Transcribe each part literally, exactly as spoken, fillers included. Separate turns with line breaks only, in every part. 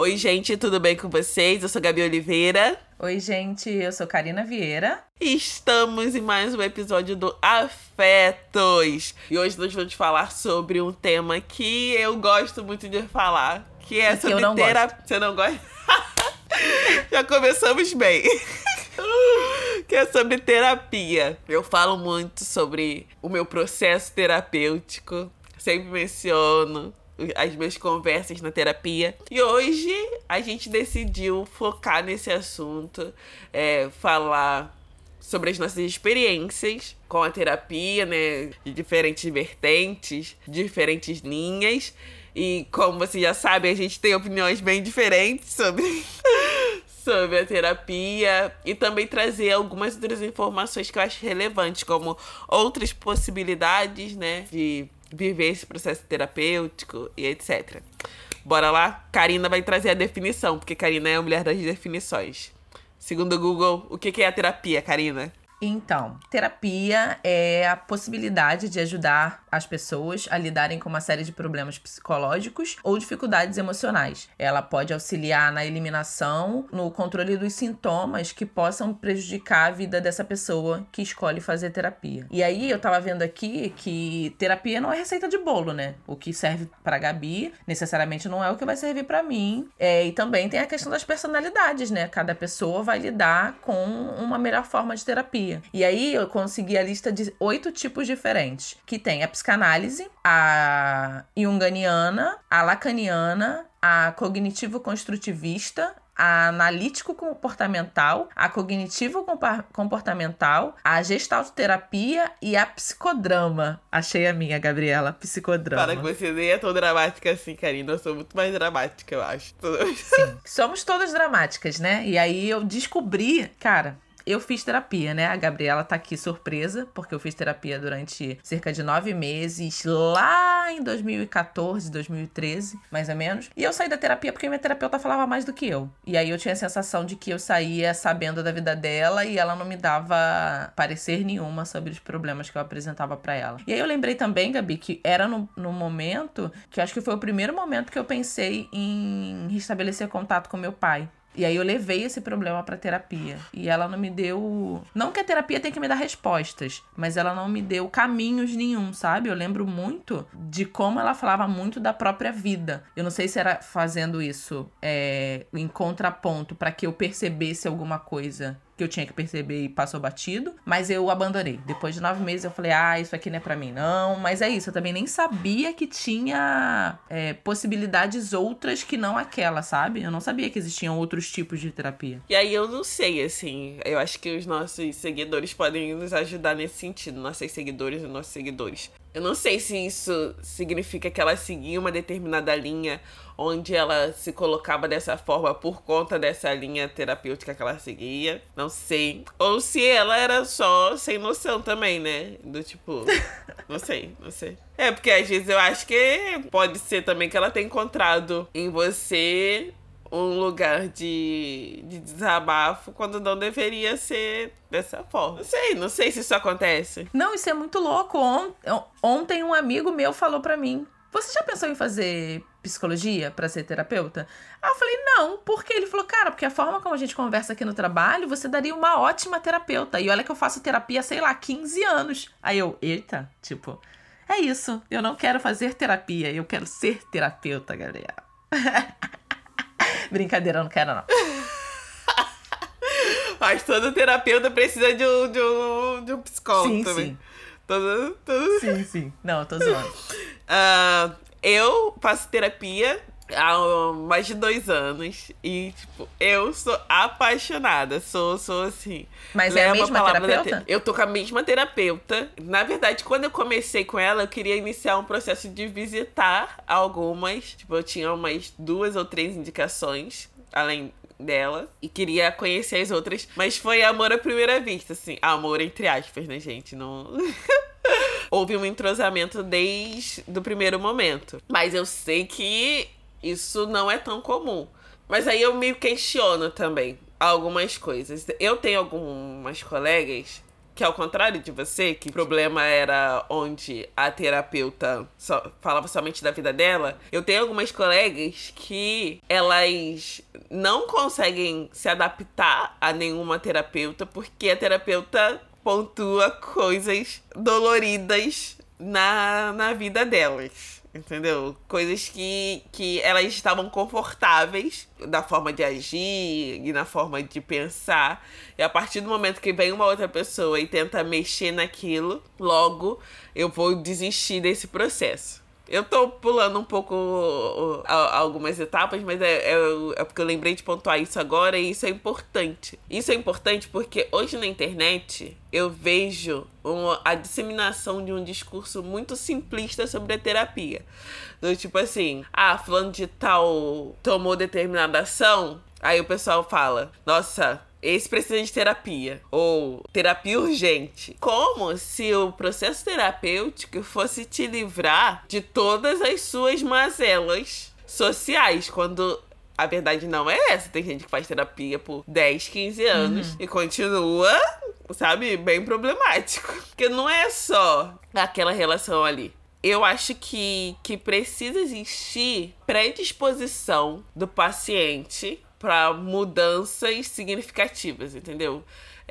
Oi, gente, tudo bem com vocês? Eu sou Gabi Oliveira.
Oi, gente, eu sou Karina Vieira.
E estamos em mais um episódio do Afetos. E hoje nós vamos falar sobre um tema que eu gosto muito de falar, que é
e
sobre
que eu não
terapia.
Gosto.
Você não gosta? Já começamos bem. Que é sobre terapia. Eu falo muito sobre o meu processo terapêutico. Sempre menciono as minhas conversas na terapia. E hoje a gente decidiu focar nesse assunto, é, falar sobre as nossas experiências com a terapia, né? De diferentes vertentes, diferentes linhas. E como você já sabe, a gente tem opiniões bem diferentes sobre... sobre a terapia e também trazer algumas outras informações que eu acho relevantes, como outras possibilidades, né, de viver esse processo terapêutico e etcétera. Bora lá? Karina vai trazer a definição, porque Karina é a mulher das definições. Segundo o Google, o que é a terapia, Karina?
Então, terapia é a possibilidade de ajudar as pessoas a lidarem com uma série de problemas psicológicos ou dificuldades emocionais. Ela pode auxiliar na eliminação, no controle dos sintomas que possam prejudicar a vida dessa pessoa que escolhe fazer terapia. E aí, eu tava vendo aqui que terapia não é receita de bolo, né? O que serve pra Gabi, necessariamente não é o que vai servir pra mim. É, e também tem a questão das personalidades, né? Cada pessoa vai lidar com uma melhor forma de terapia. E aí eu consegui a lista de oito tipos diferentes, que tem a psicanálise, a junguiana, a lacaniana, a cognitivo-construtivista, a analítico-comportamental, a cognitivo-comportamental, a gestaltoterapia e a psicodrama. Achei a minha, Gabriela, psicodrama.
Para que você nem é tão dramática assim, Karina. Eu sou muito mais dramática, eu acho.
Sim, somos todas dramáticas, né? E aí eu descobri, cara... Eu fiz terapia, né? A Gabriela tá aqui surpresa, porque eu fiz terapia durante cerca de nove meses, lá em dois mil e catorze, dois mil e treze, mais ou menos. E eu saí da terapia porque minha terapeuta falava mais do que eu. E aí eu tinha a sensação de que eu saía sabendo da vida dela e ela não me dava parecer nenhuma sobre os problemas que eu apresentava pra ela. E aí eu lembrei também, Gabi, que era no, no momento, que eu acho que foi o primeiro momento que eu pensei em restabelecer contato com meu pai. E aí eu levei esse problema pra terapia. E ela não me deu... Não que a terapia tenha que me dar respostas, mas ela não me deu caminhos nenhum, sabe? Eu lembro muito de como ela falava muito da própria vida. Eu não sei se era fazendo isso é, em contraponto pra que eu percebesse alguma coisa que eu tinha que perceber e passou batido, mas eu abandonei. Depois de nove meses eu falei, ah, isso aqui não é pra mim não, mas é isso, eu também nem sabia que tinha é, possibilidades outras que não aquela, sabe? Eu não sabia que existiam outros tipos de terapia.
E aí eu não sei, assim, eu acho que os nossos seguidores podem nos ajudar nesse sentido, nossos seguidores e nossos seguidores. Eu não sei se isso significa que ela seguia uma determinada linha onde ela se colocava dessa forma por conta dessa linha terapêutica que ela seguia. Não sei. Ou se ela era só sem noção também, né? Do tipo... Não sei, não sei. É, porque às vezes eu acho que pode ser também que ela tenha encontrado em você um lugar de, de desabafo quando não deveria ser dessa forma. Não sei, não sei se isso acontece.
Não, isso é muito louco. Ont- Ontem um amigo meu falou pra mim, você já pensou em fazer psicologia pra ser terapeuta? Aí eu falei, não, porque ele falou, cara, porque a forma como a gente conversa aqui no trabalho, você daria uma ótima terapeuta. E olha que eu faço terapia, sei lá, há quinze anos. Aí eu, eita, tipo, é isso, eu não quero fazer terapia, eu quero ser terapeuta, galera. Brincadeira, eu não quero, não.
Mas todo terapeuta precisa de um, de um, de um psicólogo
sim,
também.
Sim,
todo, todo...
sim. Sim, não, eu tô zoando.
Uh, eu faço terapia há mais de dois anos. E, tipo, eu sou apaixonada. Sou, sou assim...
Mas é a mesma terapeuta?
Te... Eu tô com a mesma terapeuta. Na verdade, quando eu comecei com ela, eu queria iniciar um processo de visitar algumas. Tipo, eu tinha umas duas ou três indicações, além dela, e queria conhecer as outras. Mas foi amor à primeira vista, assim. Amor entre aspas, né, gente? Não... Houve um entrosamento desde o primeiro momento. Mas eu sei que isso não é tão comum. Mas aí eu me questiono também algumas coisas. Eu tenho algumas colegas que ao contrário de você, que o problema era onde a terapeuta só, falava somente da vida dela, eu tenho algumas colegas que elas não conseguem se adaptar a nenhuma terapeuta porque a terapeuta pontua coisas doloridas na, na vida delas. Entendeu? Coisas que, que elas estavam confortáveis da forma de agir e na forma de pensar. E a partir do momento que vem uma outra pessoa e tenta mexer naquilo, logo eu vou desistir desse processo. Eu tô pulando um pouco uh, uh, algumas etapas, mas é, é, é porque eu lembrei de pontuar isso agora e isso é importante. Isso é importante porque hoje na internet eu vejo uma, a disseminação de um discurso muito simplista sobre a terapia. Do tipo assim, ah, fulano de tal tomou determinada ação, aí o pessoal fala, nossa, esse precisa de terapia. Ou terapia urgente. Como se o processo terapêutico fosse te livrar de todas as suas mazelas sociais. Quando a verdade não é essa. Tem gente que faz terapia por dez, quinze anos uhum. e continua, sabe, bem problemático. Porque não é só aquela relação ali. Eu acho que, que precisa existir predisposição do paciente para mudanças significativas, entendeu?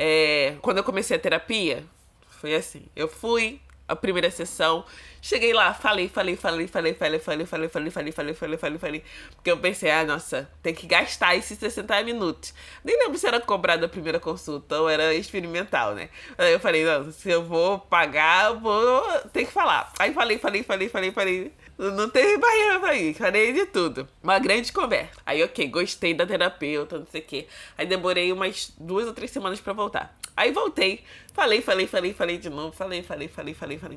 É, quando eu comecei a terapia, foi assim. Eu fui, a primeira sessão, cheguei lá, falei, falei, falei, falei, falei, falei, falei, falei, falei, falei, falei, falei, falei. Porque eu pensei, ah, nossa, tem que gastar esses sessenta minutos. Nem lembro se era cobrado a primeira consulta ou era experimental, né? Aí eu falei, não, se eu vou pagar, eu vou ter que falar. Aí falei, falei, falei, falei, falei. Não teve barreira pra ir, falei de tudo. Uma grande conversa. Aí, ok, gostei da terapeuta, não sei o quê. Aí demorei umas duas ou três semanas pra voltar. Aí voltei, falei, falei, falei, falei de novo, falei, falei, falei, falei, falei.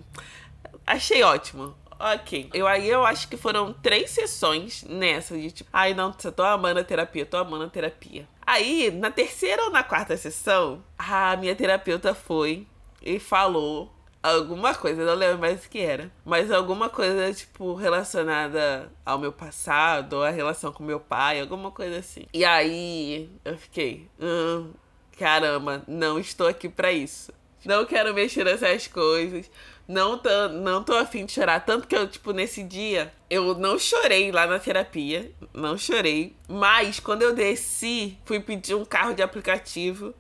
Achei ótimo. Ok. Eu, aí eu acho que foram três sessões nessa de tipo, ai não, eu tô amando a terapia, tô amando a terapia. Aí, na terceira ou na quarta sessão, a minha terapeuta foi e falou alguma coisa, não lembro mais o que era. Mas alguma coisa, tipo, relacionada ao meu passado, ou a relação com meu pai, alguma coisa assim. E aí, eu fiquei, hum, caramba, não estou aqui pra isso. Não quero mexer nessas coisas. Não tô, não tô afim de chorar. Tanto que eu, tipo, nesse dia, eu não chorei lá na terapia. Não chorei. Mas, quando eu desci, fui pedir um carro de aplicativo.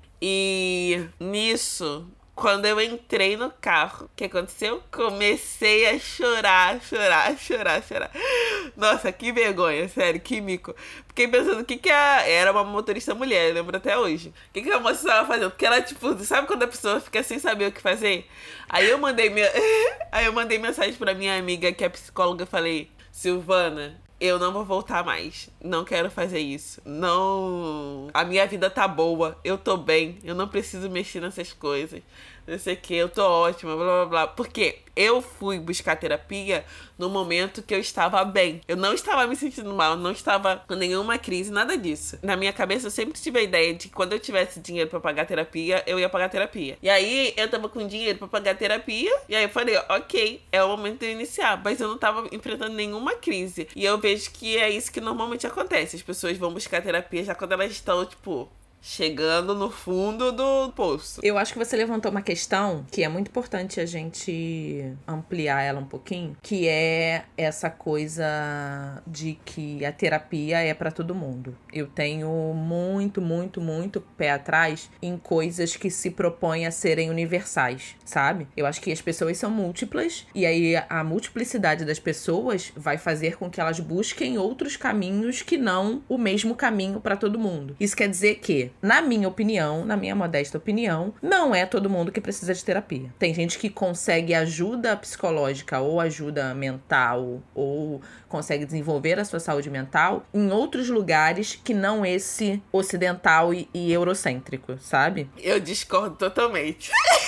E nisso, quando eu entrei no carro, o que aconteceu? Comecei a chorar, chorar, chorar, chorar. Nossa, que vergonha, sério, que mico. Fiquei pensando o que que a... Era uma motorista mulher, eu lembro até hoje. O que que a moça estava fazendo? Porque ela, tipo, sabe quando a pessoa fica sem saber o que fazer? Aí eu mandei minha... Aí eu mandei mensagem pra minha amiga, que é psicóloga, e falei, Silvana, eu não vou voltar mais. Não quero fazer isso. Não... A minha vida tá boa. Eu tô bem. Eu não preciso mexer nessas coisas. Não sei o que. Eu tô ótima. Blá, blá, blá. Porque eu fui buscar terapia no momento que eu estava bem. Eu não estava me sentindo mal. Não estava com nenhuma crise. Nada disso. Na minha cabeça, eu sempre tive a ideia de que quando eu tivesse dinheiro pra pagar terapia, eu ia pagar terapia. E aí, eu tava com dinheiro pra pagar terapia. E aí, eu falei, ok, é o momento de eu iniciar. Mas eu não tava enfrentando nenhuma crise. E eu vejo que é isso que normalmente acontece. As pessoas vão buscar terapia já quando elas estão, tipo, chegando no fundo do poço.
Eu acho que você levantou uma questão que é muito importante a gente ampliar ela um pouquinho, que é essa coisa de que a terapia é pra todo mundo. Eu tenho muito, muito, muito pé atrás em coisas que se propõem a serem universais, sabe? Eu acho que as pessoas são múltiplas e aí a multiplicidade das pessoas vai fazer com que elas busquem outros caminhos que não o mesmo caminho pra todo mundo. Isso quer dizer que, na minha opinião, na minha modesta opinião, não é todo mundo que precisa de terapia. Tem gente que consegue ajuda psicológica ou ajuda mental ou consegue desenvolver a sua saúde mental em outros lugares que não esse ocidental e, e eurocêntrico, sabe?
Eu discordo totalmente.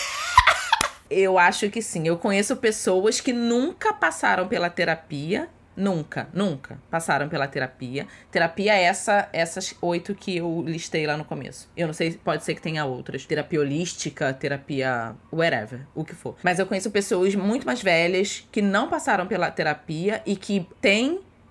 Eu acho que sim. Eu conheço pessoas que nunca passaram pela terapia. Nunca, nunca passaram pela terapia. Terapia é essa, essas oito que eu listei lá no começo. Eu não sei, pode ser que tenha outras. Terapia holística, terapia whatever, o que for. Mas eu conheço pessoas muito mais velhas que não passaram pela terapia e que têm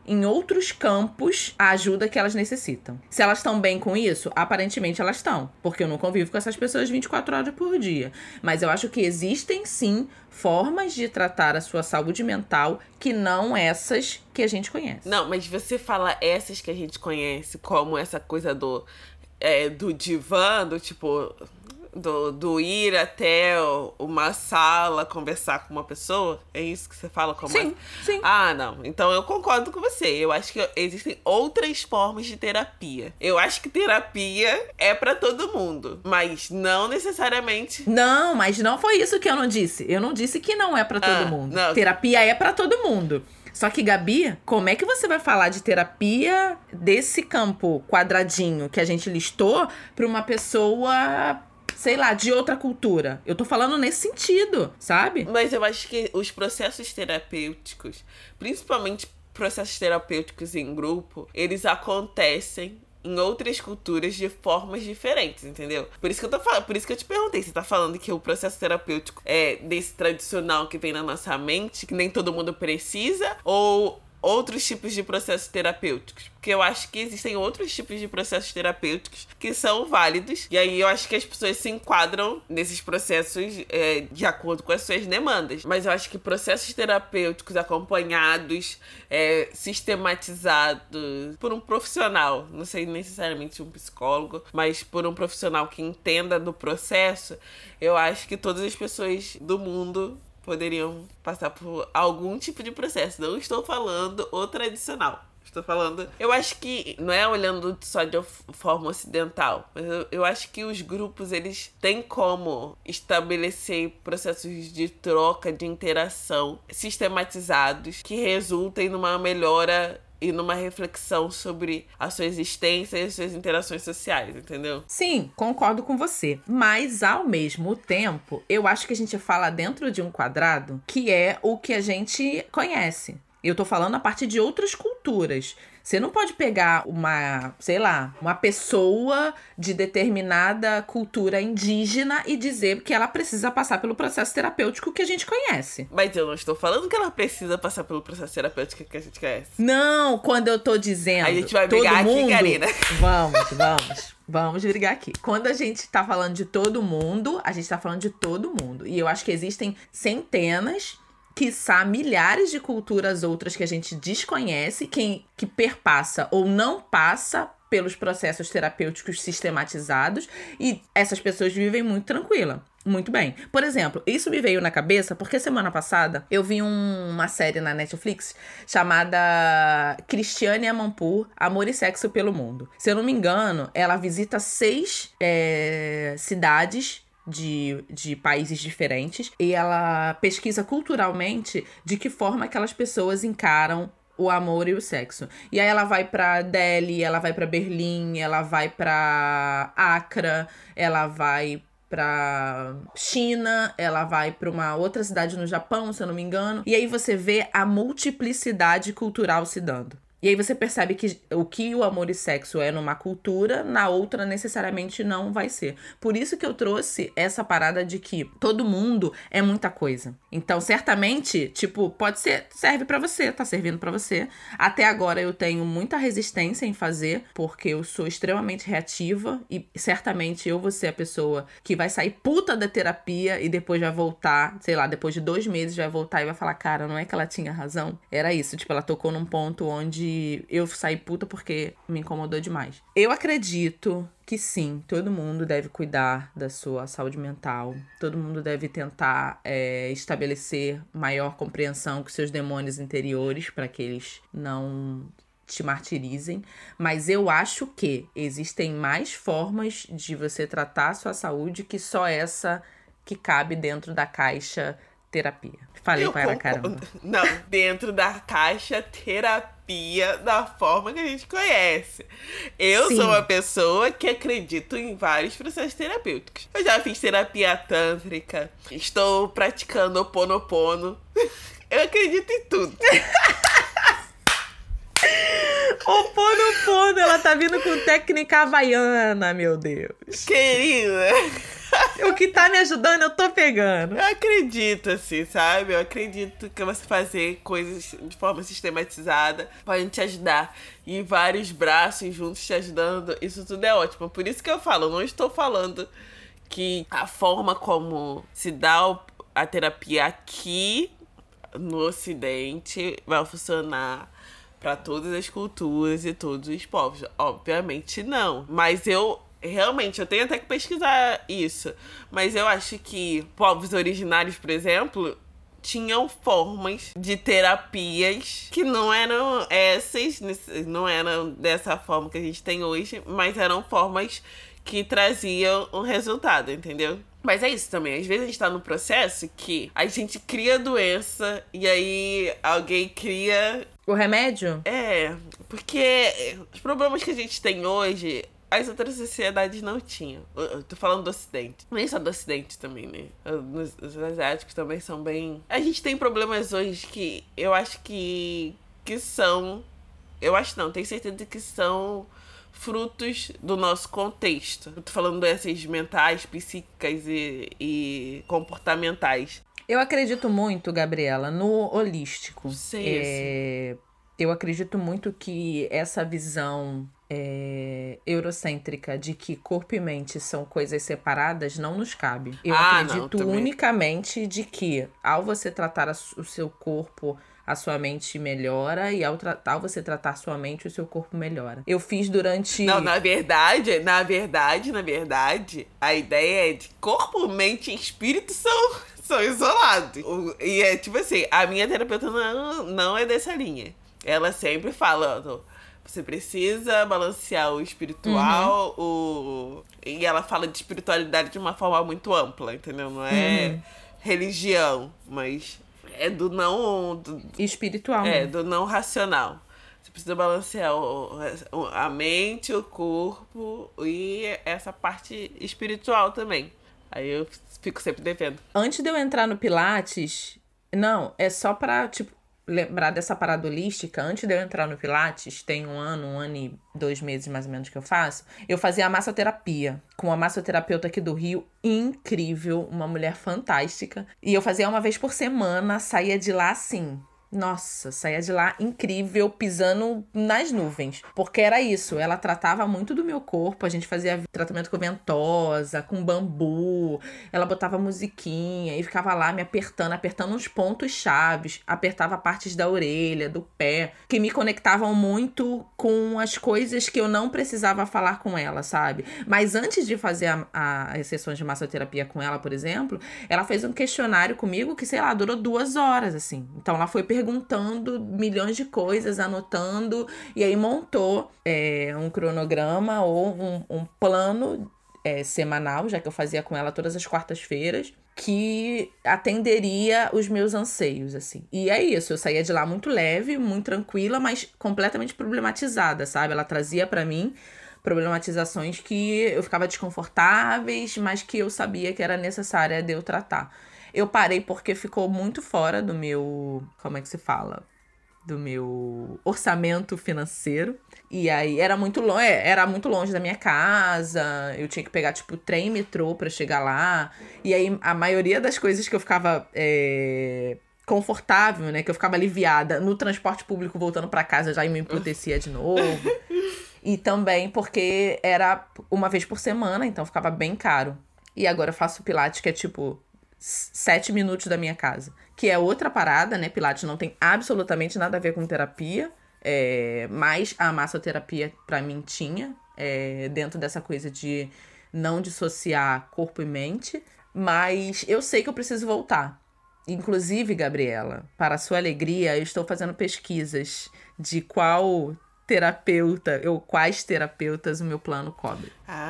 em outros campos a ajuda que elas necessitam. Se elas estão bem com isso, aparentemente elas estão, porque eu não convivo com essas pessoas vinte e quatro horas por dia. Mas eu acho que existem sim formas de tratar a sua saúde mental que não essas que a gente conhece.
Não, mas você fala essas que a gente conhece como essa coisa do, é, do divã, do tipo... Do, do ir até uma sala conversar com uma pessoa? É isso que você fala como
Sim,
é?
sim.
Ah, não. Então eu concordo com você. Eu acho que existem outras formas de terapia. Eu acho que terapia é pra todo mundo, mas não necessariamente...
Não, mas não foi isso que eu não disse. Eu não disse que não é pra todo
Ah,
mundo.
não.
Terapia é pra todo mundo. Só que, Gabi, como é que você vai falar de terapia desse campo quadradinho que a gente listou pra uma pessoa... sei lá, de outra cultura? Eu tô falando nesse sentido, sabe?
Mas eu acho que os processos terapêuticos, principalmente processos terapêuticos em grupo, eles acontecem em outras culturas de formas diferentes, entendeu? Por isso que eu tô falando, por isso que eu te perguntei, você tá falando que o processo terapêutico é desse tradicional que vem na nossa mente, que nem todo mundo precisa, ou outros tipos de processos terapêuticos? Porque eu acho que existem outros tipos de processos terapêuticos que são válidos. E aí eu acho que as pessoas se enquadram nesses processos é, de acordo com as suas demandas. Mas eu acho que processos terapêuticos acompanhados, é, sistematizados por um profissional, não sei necessariamente um psicólogo, mas por um profissional que entenda do processo, eu acho que todas as pessoas do mundo poderiam passar por algum tipo de processo. Não estou falando o tradicional. Estou falando... Eu acho que... Não é olhando só de forma ocidental. Mas eu, eu acho que os grupos, eles têm como estabelecer processos de troca, de interação sistematizados que resultem numa melhora e numa reflexão sobre a sua existência e as suas interações sociais, entendeu?
Sim, concordo com você. Mas, ao mesmo tempo, eu acho que a gente fala dentro de um quadrado que é o que a gente conhece. Eu tô falando a partir de outras culturas. Você não pode pegar uma, sei lá, uma pessoa de determinada cultura indígena e dizer que ela precisa passar pelo processo terapêutico que a gente conhece.
Mas eu não estou falando que ela precisa passar pelo processo terapêutico que a gente conhece.
Não, quando eu tô dizendo...
A gente vai
todo
brigar
mundo,
aqui, Karina.
Vamos, vamos. Vamos brigar aqui. Quando a gente tá falando de todo mundo, a gente tá falando de todo mundo. E eu acho que existem centenas... quiçá milhares de culturas outras que a gente desconhece, que, que perpassa ou não passa pelos processos terapêuticos sistematizados, e essas pessoas vivem muito tranquila. Muito bem. Por exemplo, isso me veio na cabeça porque semana passada eu vi um, uma série na Netflix chamada Cristiane Amanpour, Amor e Sexo pelo Mundo. Se eu não me engano, ela visita seis é, cidades De, de países diferentes, e ela pesquisa culturalmente de que forma aquelas pessoas encaram o amor e o sexo. E aí ela vai pra Delhi, ela vai pra Berlim, ela vai pra Accra, ela vai pra China, ela vai pra uma outra cidade no Japão, se eu não me engano. E aí você vê a multiplicidade cultural se dando. E aí você percebe que o que o amor e sexo é numa cultura, na outra necessariamente não vai ser. Por isso que eu trouxe essa parada de que todo mundo é muita coisa. Então, certamente, tipo, pode ser, serve pra você, tá servindo pra você. Até agora eu tenho muita resistência em fazer, porque eu sou extremamente reativa e certamente eu vou ser a pessoa que vai sair puta da terapia e depois vai voltar, sei lá, depois de dois meses vai voltar e vai falar, cara, não é que ela tinha razão? Era isso, tipo, ela tocou num ponto onde eu saí puta porque me incomodou demais. Eu acredito que sim, todo mundo deve cuidar da sua saúde mental. Todo mundo deve tentar é, estabelecer maior compreensão com seus demônios interiores para que eles não te martirizem. Mas eu acho que existem mais formas de você tratar a sua saúde que só essa que cabe dentro da caixa terapia. Falei para caramba.
Não, dentro da caixa terapia da forma que a gente conhece. Eu
Sim.
sou uma pessoa que acredito em vários processos terapêuticos. Eu já fiz terapia tântrica, estou praticando Ho Oponopono. Eu acredito em tudo.
Ho Oponopono, ela tá vindo com técnica havaiana, meu Deus.
Querida,
O que tá me ajudando, eu tô pegando.
Eu acredito, assim, sabe? Eu acredito que você fazer coisas de forma sistematizada pode te ajudar. E vários braços juntos te ajudando, isso tudo é ótimo. Por isso que eu falo, eu não estou falando que a forma como se dá a terapia aqui no Ocidente vai funcionar para todas as culturas e todos os povos. Obviamente não. Mas eu... Realmente, eu tenho até que pesquisar isso. Mas eu acho que povos originários, por exemplo, tinham formas de terapias que não eram essas, não eram dessa forma que a gente tem hoje, mas eram formas que traziam um resultado, entendeu? Mas é isso também. Às vezes a gente tá num processo que a gente cria doença e aí alguém cria...
O remédio?
É, porque os problemas que a gente tem hoje... As outras sociedades não tinham. Eu tô falando do Ocidente. Nem só do Ocidente também, né? Os, os asiáticos também são bem... A gente tem problemas hoje que eu acho que... Que são... Eu acho não, tenho certeza que são frutos do nosso contexto. Eu tô falando dessas mentais, psíquicas e, e comportamentais.
Eu acredito muito, Gabriela, no holístico.
Sim,
é... Eu acredito muito que essa visão... É, eurocêntrica de que corpo e mente são coisas separadas não nos cabe. Eu
ah,
acredito
não,
unicamente de que ao você tratar a, o seu corpo, a sua mente melhora e ao, tra- ao você tratar a sua mente, o seu corpo melhora. Eu fiz durante...
Não, na verdade, na verdade, na verdade, a ideia é de corpo, mente e espírito são, são isolados. O, e é tipo assim, a minha terapeuta não, não é dessa linha. Ela sempre fala... Ó, você precisa balancear o espiritual, uhum. o... E ela fala de espiritualidade de uma forma muito ampla, entendeu? Não é uhum. religião, mas é do não... Do...
Espiritual.
É,
né?
do não racional. Você precisa balancear o, a mente, o corpo e essa parte espiritual também. Aí eu fico sempre devendo.
Antes de eu entrar no Pilates... Não, é só pra, tipo... lembrar dessa parada holística, antes de eu entrar no Pilates, tem um ano, um ano e dois meses mais ou menos que eu faço, eu fazia a massoterapia com uma massoterapeuta aqui do Rio, incrível, uma mulher fantástica. E eu fazia uma vez por semana, saía de lá assim... Nossa, saía de lá incrível, pisando nas nuvens. Porque era isso, ela tratava muito do meu corpo, a gente fazia tratamento com ventosa, com bambu, ela botava musiquinha e ficava lá me apertando, apertando uns pontos chaves, apertava partes da orelha, do pé, que me conectavam muito com as coisas que eu não precisava falar com ela, sabe? Mas antes de fazer a, a, as sessões de massoterapia com ela, por exemplo, ela fez um questionário comigo que, sei lá, durou duas horas, assim. Então ela foi perguntando perguntando milhões de coisas, anotando, e aí montou é, um cronograma ou um, um plano é, semanal, já que eu fazia com ela todas as quartas-feiras, que atenderia os meus anseios, assim. E é isso, eu saía de lá muito leve, muito tranquila, mas completamente problematizada, sabe? Ela trazia pra mim problematizações que eu ficava desconfortáveis, mas que eu sabia que era necessária de eu tratar. Eu parei porque ficou muito fora do meu... Como é que se fala? Do meu orçamento financeiro. E aí era muito longe, era muito longe da minha casa. Eu tinha que pegar, tipo, trem e metrô pra chegar lá. E aí a maioria das coisas que eu ficava é, confortável, né? Que eu ficava aliviada no transporte público voltando pra casa já me emputecia de novo. E também porque era uma vez por semana, então ficava bem caro. E agora eu faço Pilates, que é tipo... sete minutos da minha casa. Que é outra parada, né? Pilates não tem absolutamente nada a ver com terapia. É, mas a massoterapia, pra mim, tinha. É, dentro dessa coisa de não dissociar corpo e mente. Mas eu sei que eu preciso voltar. Inclusive, Gabriela, para a sua alegria, eu estou fazendo pesquisas de qual... terapeuta, ou quais terapeutas o meu plano cobre.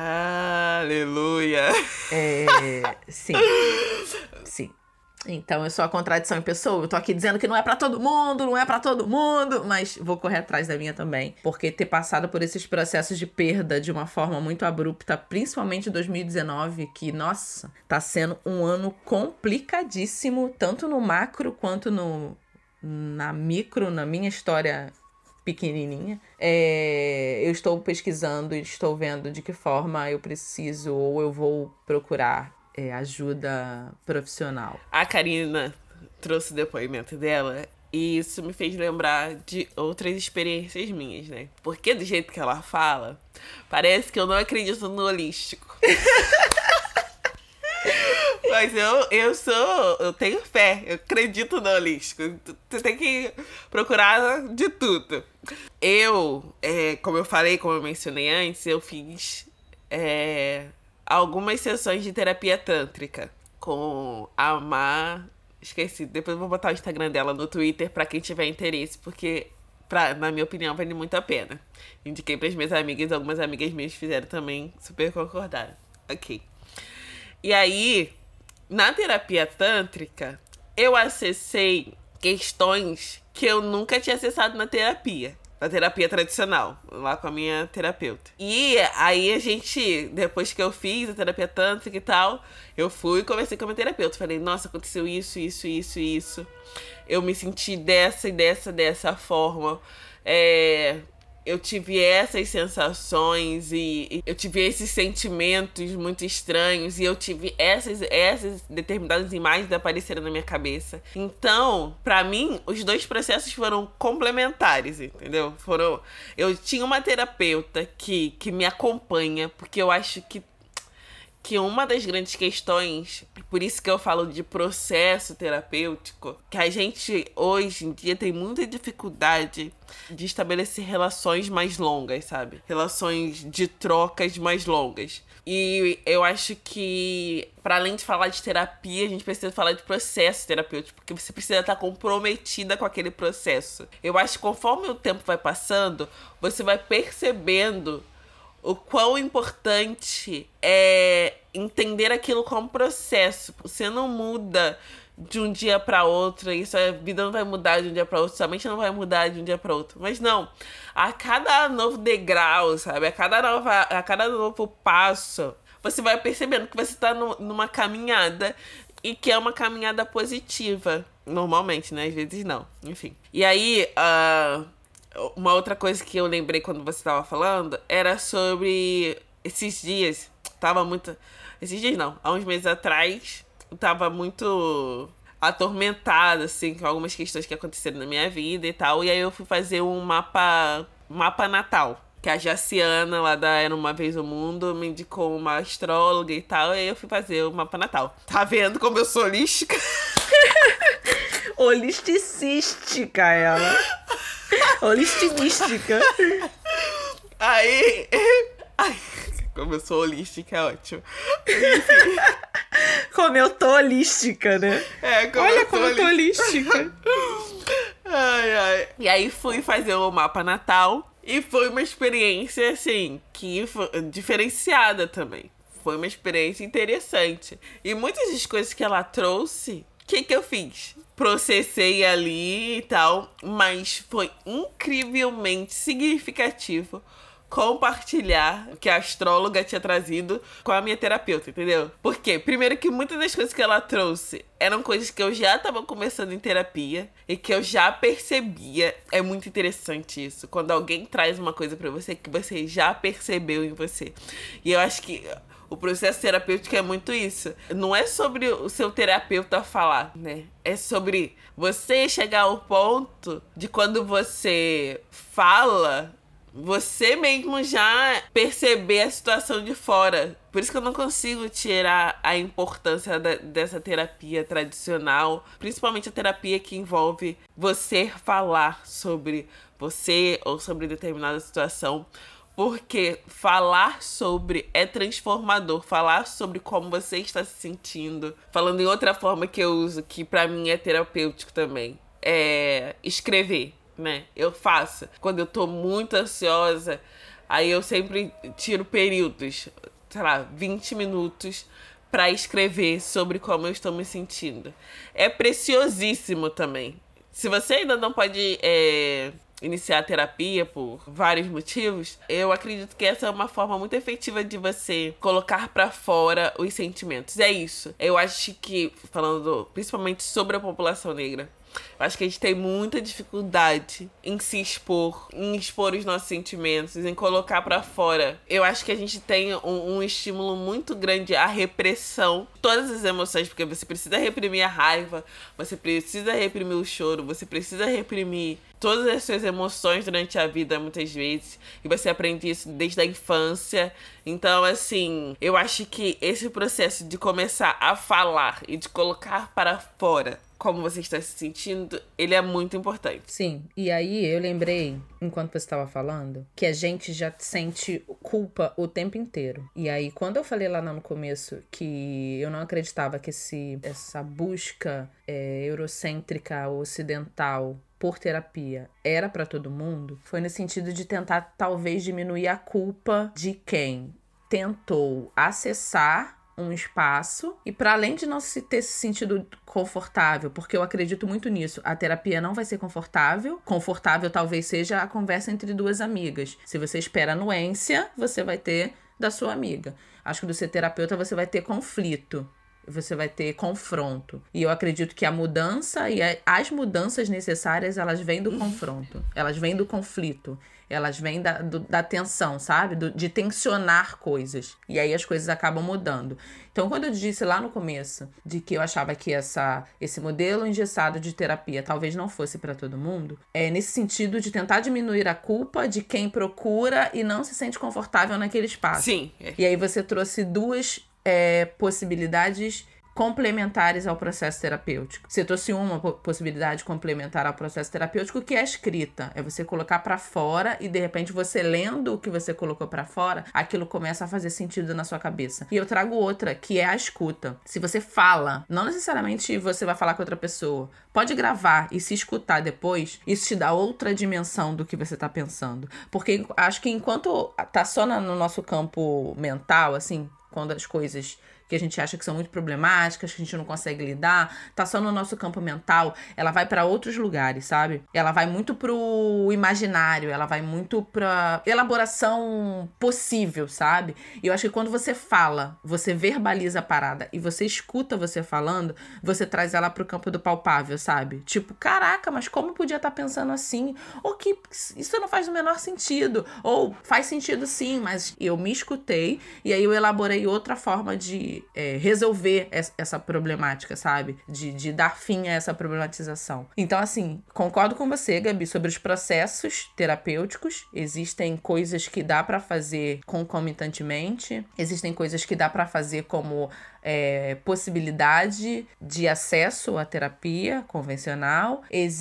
Aleluia!
É, sim. Sim. Então, eu sou a contradição em pessoa. Eu tô aqui dizendo que não é pra todo mundo, não é pra todo mundo, mas vou correr atrás da minha também. Porque ter passado por esses processos de perda de uma forma muito abrupta, principalmente em dois mil e dezenove, que, nossa, tá sendo um ano complicadíssimo, tanto no macro quanto no, na micro, na minha história pequenininha. É, eu estou pesquisando e estou vendo de que forma eu preciso ou eu vou procurar é, ajuda profissional.
A Karina trouxe o depoimento dela e isso me fez lembrar de outras experiências minhas, né? Porque do jeito que ela fala, parece que eu não acredito no holístico. Mas eu, eu sou, eu tenho fé, eu acredito no holístico. Você tem que procurar de tudo. Eu, é, como eu falei, como eu mencionei antes, eu fiz é, algumas sessões de terapia tântrica com a Má. Esqueci, depois eu vou botar o Instagram dela no Twitter pra quem tiver interesse, porque, pra, na minha opinião, vale muito a pena. Indiquei pras minhas amigas, algumas amigas minhas fizeram também, super concordaram. Ok. E aí, na terapia tântrica, eu acessei questões que eu nunca tinha acessado na terapia. Na terapia tradicional, lá com a minha terapeuta. E aí a gente, depois que eu fiz a terapia tântrica e tal, eu fui e conversei com a minha terapeuta. Falei, nossa, aconteceu isso, isso, isso, isso. Eu me senti dessa e dessa, dessa forma. É... Eu tive essas sensações e, e eu tive esses sentimentos muito estranhos e eu tive essas, essas determinadas imagens aparecendo na minha cabeça. Então, pra mim, os dois processos foram complementares, entendeu? Foram... Eu tinha uma terapeuta que, que me acompanha, porque eu acho que que uma das grandes questões, por isso que eu falo de processo terapêutico, que a gente hoje em dia tem muita dificuldade de estabelecer relações mais longas, sabe? Relações de trocas mais longas. E eu acho que, para além de falar de terapia, a gente precisa falar de processo terapêutico, porque você precisa estar comprometida com aquele processo. Eu acho que conforme o tempo vai passando, você vai percebendo o quão importante é entender aquilo como processo. Você não muda de um dia para outro, e sua vida não vai mudar de um dia para outro, sua mente não vai mudar de um dia para outro. Mas não, a cada novo degrau, sabe? A cada, nova, a cada novo passo, você vai percebendo que você está numa caminhada e que é uma caminhada positiva. Normalmente, né? Às vezes não. Enfim. E aí, uh, uma outra coisa que eu lembrei quando você estava falando era sobre esses dias. Tava muito... Esses dias não. Há uns meses atrás, eu tava muito atormentada, assim, com algumas questões que aconteceram na minha vida e tal. E aí eu fui fazer um mapa, mapa natal. Que a Jaciana, lá da Era Uma Vez o Mundo, me indicou uma astróloga e tal. E aí eu fui fazer o mapa natal. Tá vendo como eu sou holística?
Holisticística, ela. Holistimística.
Aí... Ai, como eu sou holística, é ótimo.
Como eu tô holística, né?
É, como
Olha
eu
como eu tô holística.
Ai, ai. E aí fui fazer o mapa natal. E foi uma experiência, assim, que foi diferenciada também. Foi uma experiência interessante. E muitas das coisas que ela trouxe, o que que eu fiz? Processei ali e tal, mas foi incrivelmente significativo compartilhar o que a astróloga tinha trazido com a minha terapeuta, entendeu? Por quê? Primeiro que muitas das coisas que ela trouxe eram coisas que eu já estava começando em terapia e que eu já percebia. É muito interessante isso, quando alguém traz uma coisa pra você que você já percebeu em você. E eu acho que o processo terapêutico é muito isso. Não é sobre o seu terapeuta falar, né? É sobre você chegar ao ponto de quando você fala, você mesmo já perceber a situação de fora. Por isso que eu não consigo tirar a importância da, dessa terapia tradicional, principalmente a terapia que envolve você falar sobre você ou sobre determinada situação. Porque falar sobre é transformador. Falar sobre como você está se sentindo. Falando em outra forma que eu uso, que pra mim é terapêutico também, é escrever, né? Eu faço. Quando eu tô muito ansiosa, aí eu sempre tiro períodos, sei lá, vinte minutos pra escrever sobre como eu estou me sentindo. É preciosíssimo também. Se você ainda não pode é, iniciar a terapia por vários motivos, eu acredito que essa é uma forma muito efetiva de você colocar pra fora os sentimentos. É isso. Eu acho que, falando principalmente sobre a população negra, Eu acho que a gente tem muita dificuldade em se expor, em expor os nossos sentimentos, em colocar pra fora. Eu acho que a gente tem um, um estímulo muito grande à repressão de todas as emoções, porque você precisa reprimir a raiva, você precisa reprimir o choro, você precisa reprimir todas as suas emoções durante a vida, muitas vezes. E você aprende isso desde a infância. Então, assim, eu acho que esse processo de começar a falar e de colocar para fora como você está se sentindo, ele é muito importante.
Sim, e aí eu lembrei, enquanto você estava falando, que a gente já sente culpa o tempo inteiro. E aí, quando eu falei lá no começo que eu não acreditava que esse, essa busca é, eurocêntrica ocidental por terapia era para todo mundo, foi no sentido de tentar talvez diminuir a culpa de quem tentou acessar um espaço e para além de não se ter se sentido confortável, porque eu acredito muito nisso, a terapia não vai ser confortável. Confortável talvez seja a conversa entre duas amigas. Se você espera anuência, você vai ter da sua amiga. Acho que do seu terapeuta você vai ter conflito. Você vai ter confronto. E eu acredito que a mudança e a, as mudanças necessárias, elas vêm do confronto. Elas vêm do conflito. Elas vêm da, do, da tensão, sabe? Do, de tensionar coisas. E aí as coisas acabam mudando. Então, quando eu disse lá no começo de que eu achava que essa, esse modelo engessado de terapia talvez não fosse para todo mundo, é nesse sentido de tentar diminuir a culpa de quem procura e não se sente confortável naquele espaço.
Sim. É.
E aí você trouxe duas É, possibilidades complementares ao processo terapêutico. Você trouxe uma possibilidade complementar ao processo terapêutico, que é a escrita. É você colocar pra fora e, de repente, você lendo o que você colocou pra fora, aquilo começa a fazer sentido na sua cabeça. E eu trago outra, que é a escuta. Se você fala, não necessariamente você vai falar com outra pessoa. Pode gravar e se escutar depois, isso te dá outra dimensão do que você tá pensando. Porque acho que enquanto tá só no nosso campo mental, assim, quando as coisas que a gente acha que são muito problemáticas, que a gente não consegue lidar, tá só no nosso campo mental, ela vai pra outros lugares, sabe? Ela vai muito pro imaginário, ela vai muito pra elaboração possível, sabe? E eu acho que quando você fala, você verbaliza a parada e você escuta você falando, você traz ela pro campo do palpável, sabe? Tipo, caraca, mas como eu podia estar pensando assim? Ou que isso não faz o menor sentido. Ou faz sentido sim, mas eu me escutei e aí eu elaborei outra forma de É, resolver essa problemática, sabe? De, de dar fim a essa problematização. Então, assim, concordo com você, Gabi, sobre os processos terapêuticos. Existem coisas que dá pra fazer concomitantemente. Existem coisas que dá pra fazer como é, possibilidade de acesso à terapia convencional.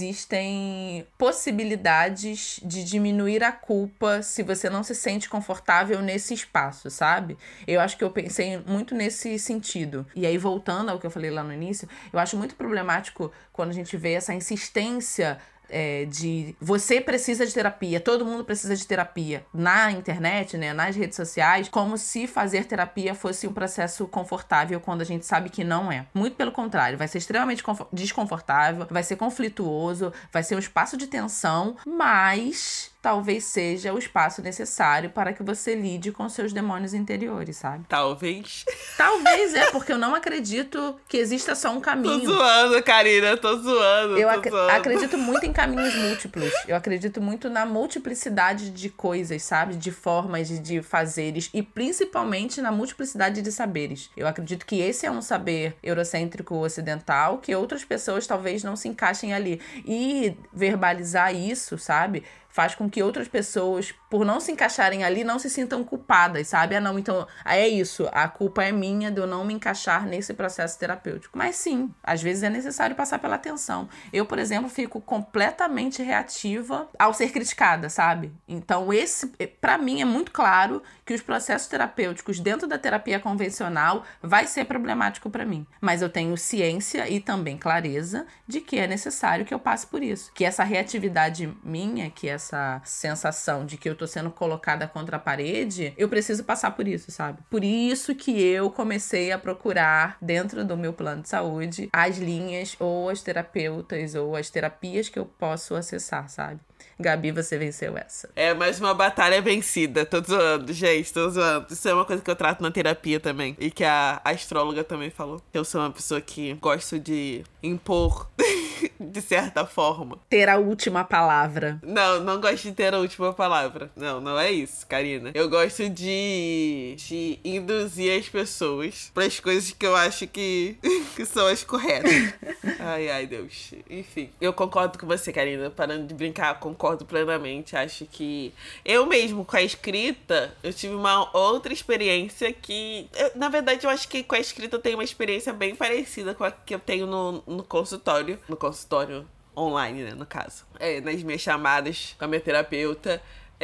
Existem possibilidades de diminuir a culpa se você não se sente confortável nesse espaço, sabe? Eu acho que eu pensei muito nesse sentido. E aí, voltando ao que eu falei lá no início, eu acho muito problemático quando a gente vê essa insistência É, de você precisa de terapia, todo mundo precisa de terapia na internet, né, nas redes sociais, como se fazer terapia fosse um processo confortável quando a gente sabe que não é. Muito pelo contrário, vai ser extremamente desconfortável, vai ser conflituoso, vai ser um espaço de tensão, mas talvez seja o espaço necessário para que você lide com seus demônios interiores, sabe?
Talvez.
Talvez, é, porque eu não acredito que exista só um caminho.
Tô zoando, Karina, tô zoando.
Eu
tô
ac-
zoando.
acredito muito em caminhos múltiplos. Eu acredito muito na multiplicidade de coisas, sabe? De formas de, de fazeres e principalmente na multiplicidade de saberes. Eu acredito que esse é um saber eurocêntrico ocidental que outras pessoas talvez não se encaixem ali. E verbalizar isso, sabe? Faz com que outras pessoas, por não se encaixarem ali, não se sintam culpadas, sabe? Ah, não, então, é isso. A culpa é minha de eu não me encaixar nesse processo terapêutico. Mas sim, às vezes é necessário passar pela atenção. Eu, por exemplo, fico completamente reativa ao ser criticada, sabe? Então, esse, pra mim, é muito claro que os processos terapêuticos dentro da terapia convencional vai ser problemático pra mim. Mas eu tenho ciência e também clareza de que é necessário que eu passe por isso. Que essa reatividade minha, que essa essa sensação de que eu tô sendo colocada contra a parede, eu preciso passar por isso, sabe? Por isso que eu comecei a procurar dentro do meu plano de saúde as linhas ou as terapeutas ou as terapias que eu posso acessar, sabe? Gabi, você venceu essa.
É mais uma batalha vencida. Tô zoando, gente, tô zoando. Isso é uma coisa que eu trato na terapia também. E que a, a astróloga também falou. Eu sou uma pessoa que gosto de impor de certa forma.
Ter a última palavra.
Não, não gosto de ter a última palavra. Não, não é isso, Karina. Eu gosto de, de induzir as pessoas para as coisas que eu acho que, que são as corretas. Ai, ai, Deus. Enfim, eu concordo com você, Karina. Parando de brincar, concordo plenamente. Acho que eu mesmo, com a escrita, eu tive uma outra experiência que... Eu, na verdade, eu acho que com a escrita eu tenho uma experiência bem parecida com a que eu tenho no, no consultório. No consultório online, né, no caso. É, nas minhas chamadas com a minha terapeuta.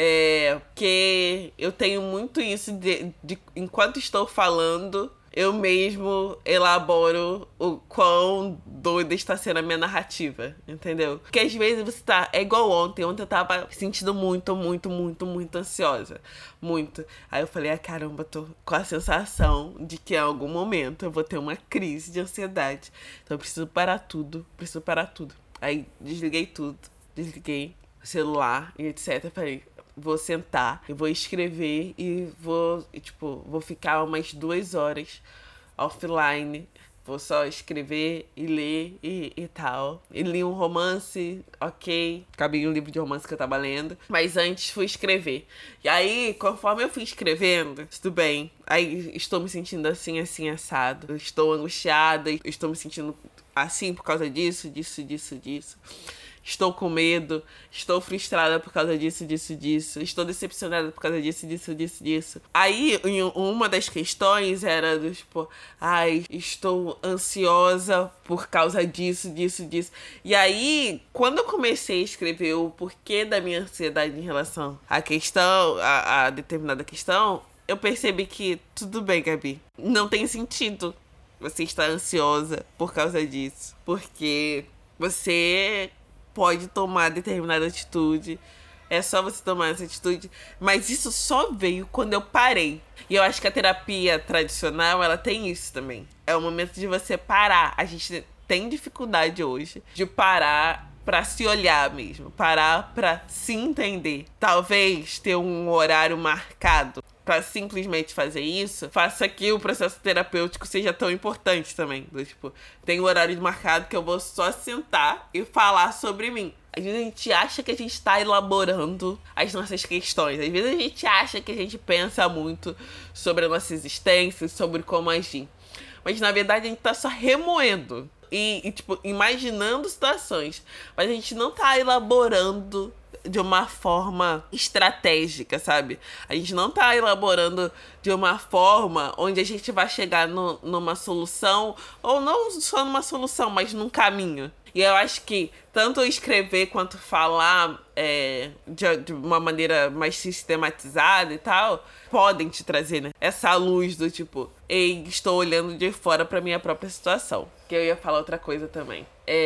É, porque eu tenho muito isso de, de... Enquanto estou falando... eu mesmo elaboro o quão doida está sendo a minha narrativa, entendeu? Porque às vezes você tá... É igual ontem. Ontem eu tava sentindo muito, muito, muito, muito ansiosa. Muito. Aí eu falei, ah, caramba, tô com a sensação de que em algum momento eu vou ter uma crise de ansiedade. Então eu preciso parar tudo. Preciso parar tudo. Aí desliguei tudo. Desliguei o celular e etcétera. Falei... vou sentar, eu vou escrever e vou, tipo, vou ficar umas duas horas offline. Vou só escrever e ler e, e tal. E li um romance, ok. Acabei um livro de romance que eu tava lendo. Mas antes fui escrever. E aí, conforme eu fui escrevendo, tudo bem. Aí estou me sentindo assim, assim, assado. Estou angustiada, estou me sentindo assim por causa disso, disso, disso, disso. Estou com medo, estou frustrada por causa disso, disso, disso. Estou decepcionada por causa disso, disso, disso, disso. Aí, uma das questões era do tipo... ai, estou ansiosa por causa disso, disso, disso. E aí, quando eu comecei a escrever o porquê da minha ansiedade em relação à questão, a, a determinada questão... eu percebi que, tudo bem, Gabi, não tem sentido você estar ansiosa por causa disso. Porque você... pode tomar determinada atitude. É só você tomar essa atitude. Mas isso só veio quando eu parei. E eu acho que a terapia tradicional, ela tem isso também. É o momento de você parar. A gente tem dificuldade hoje de parar pra se olhar mesmo. Parar pra se entender. Talvez ter um horário marcado pra simplesmente fazer isso, faça que o processo terapêutico seja tão importante também. Do, tipo, tem um horário marcado que eu vou só sentar e falar sobre mim. Às vezes a gente acha que a gente tá elaborando as nossas questões. Às vezes a gente acha que a gente pensa muito sobre a nossa existência, sobre como agir. Mas na verdade a gente tá só remoendo e, e tipo, imaginando situações. Mas a gente não tá elaborando de uma forma estratégica, sabe? A gente não tá elaborando de uma forma onde a gente vai chegar no, numa solução, ou não só numa solução, mas num caminho. E eu acho que tanto escrever quanto falar é, de, de uma maneira mais sistematizada e tal, podem te trazer, né, essa luz do tipo, ei, estou olhando de fora pra minha própria situação. Que eu ia falar outra coisa também.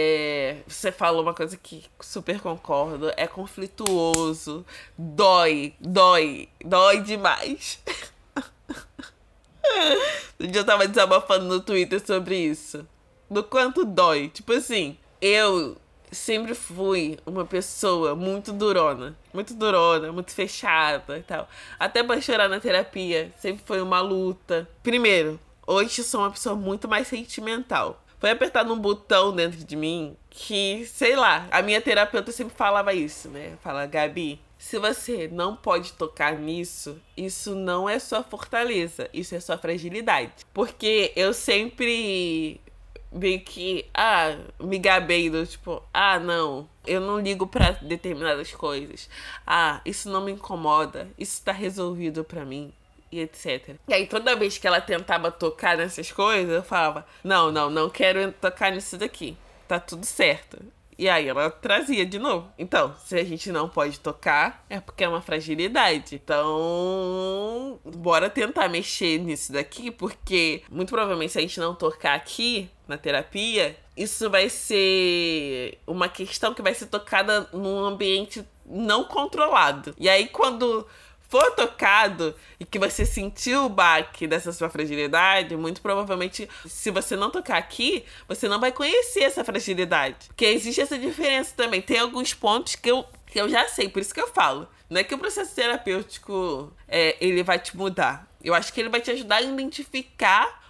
É, você falou uma coisa que super concordo, é conflituoso, dói, dói, dói demais. Um dia eu tava desabafando no Twitter sobre isso. Do quanto dói. Tipo assim, eu sempre fui uma pessoa muito durona. Muito durona, muito fechada e tal. Até pra chorar na terapia, sempre foi uma luta. Primeiro, hoje eu sou uma pessoa muito mais sentimental. Foi apertar num botão dentro de mim que, sei lá, a minha terapeuta sempre falava isso, né? Fala, Gabi, se você não pode tocar nisso, isso não é sua fortaleza, isso é sua fragilidade. Porque eu sempre meio que, ah, me gabei do tipo, ah, não, eu não ligo pra determinadas coisas. Ah, isso não me incomoda, isso tá resolvido pra mim. E etcétera. E aí, toda vez que ela tentava tocar nessas coisas, eu falava, não, não, não quero tocar nisso daqui. Tá tudo certo. E aí, ela trazia de novo. Então, se a gente não pode tocar, é porque é uma fragilidade. Então, bora tentar mexer nisso daqui, porque, muito provavelmente, se a gente não tocar aqui, na terapia, isso vai ser uma questão que vai ser tocada num ambiente não controlado. E aí, quando for tocado e que você sentiu o baque dessa sua fragilidade, muito provavelmente, se você não tocar aqui, você não vai conhecer essa fragilidade. Porque existe essa diferença também. Tem alguns pontos que eu, que eu já sei, por isso que eu falo. Não é que o processo terapêutico é, ele vai te mudar. Eu acho que ele vai te ajudar a identificar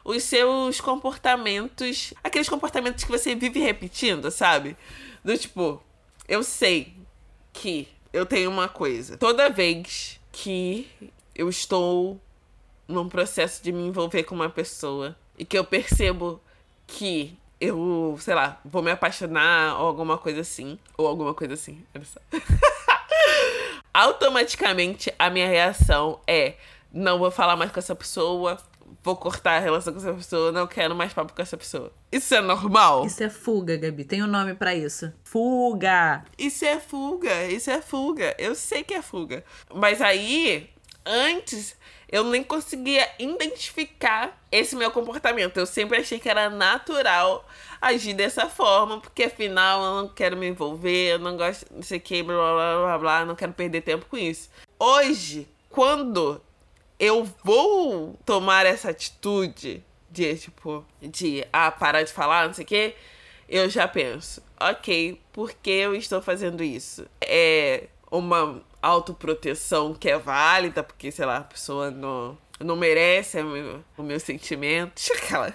os seus comportamentos, aqueles comportamentos que você vive repetindo, sabe? Do tipo, eu sei que eu tenho uma coisa. Toda vez que eu estou num processo de me envolver com uma pessoa e que eu percebo que eu, sei lá, vou me apaixonar ou alguma coisa assim, ou alguma coisa assim, olha só. Automaticamente a minha reação é: não vou falar mais com essa pessoa, vou cortar a relação com essa pessoa, não quero mais papo com essa pessoa. Isso é normal?
Isso é fuga, Gabi. Tem um nome pra isso. Fuga!
Isso é fuga, isso é fuga. Eu sei que é fuga. Mas aí, antes, eu nem conseguia identificar esse meu comportamento. Eu sempre achei que era natural agir dessa forma, porque afinal eu não quero me envolver, eu não gosto, não sei o que, blá, blá, blá, blá, não quero perder tempo com isso. Hoje, quando eu vou tomar essa atitude de, tipo, de, ah, parar de falar, não sei o que, eu já penso, ok, por que eu estou fazendo isso? É uma autoproteção que é válida, porque, sei lá, a pessoa não, não merece o meu, o meu sentimento. Aquela...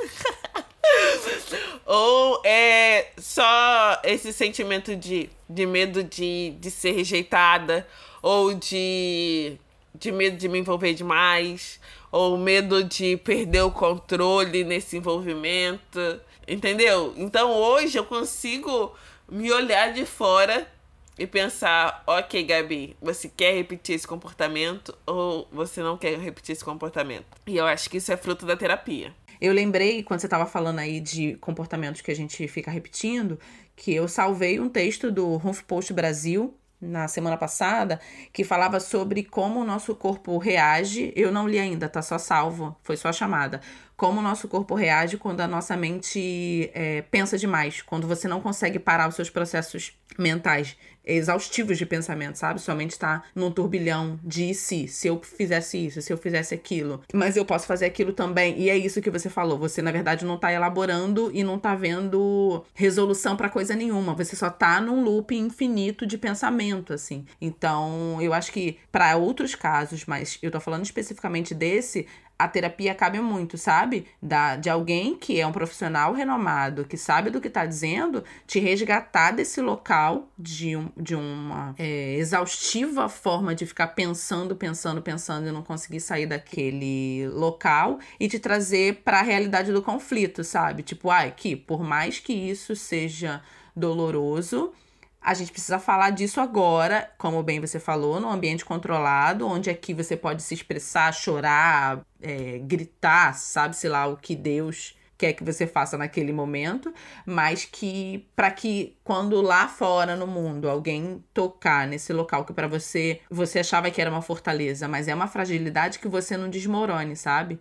Ou é só esse sentimento de, de medo de, de ser rejeitada, ou de, de medo de me envolver demais, ou medo de perder o controle nesse envolvimento, entendeu? Então hoje eu consigo me olhar de fora e pensar, ok, Gabi, você quer repetir esse comportamento ou você não quer repetir esse comportamento? E eu acho que isso é fruto da terapia.
Eu lembrei, quando você estava falando aí de comportamentos que a gente fica repetindo, que eu salvei um texto do HuffPost Brasil, na semana passada, que falava sobre como o nosso corpo reage. Eu não li ainda, tá só salvo, foi só a chamada. Como o nosso corpo reage quando a nossa mente é, pensa demais, quando você não consegue parar os seus processos mentais exaustivos de pensamento, sabe? Sua mente tá num turbilhão de e se, se eu fizesse isso, se eu fizesse aquilo, mas eu posso fazer aquilo também. E é isso que você falou, você na verdade não tá elaborando e não tá vendo resolução pra coisa nenhuma, você só tá num loop infinito de pensamento, assim. Então, eu acho que pra outros casos, mas eu tô falando especificamente desse, a terapia cabe muito, sabe? Da, de alguém que é um profissional renomado, que sabe do que tá dizendo, te resgatar desse local de, um, de uma é, exaustiva forma de ficar pensando, pensando, pensando e não conseguir sair daquele local e te trazer pra realidade do conflito, sabe? Tipo, ai, que por mais que isso seja doloroso, a gente precisa falar disso agora, como bem você falou, num ambiente controlado, onde aqui você pode se expressar, chorar, é, gritar, sabe-se lá o que Deus quer que você faça naquele momento, mas que para que quando lá fora no mundo alguém tocar nesse local que para você, você achava que era uma fortaleza, mas é uma fragilidade, que você não desmorone, sabe?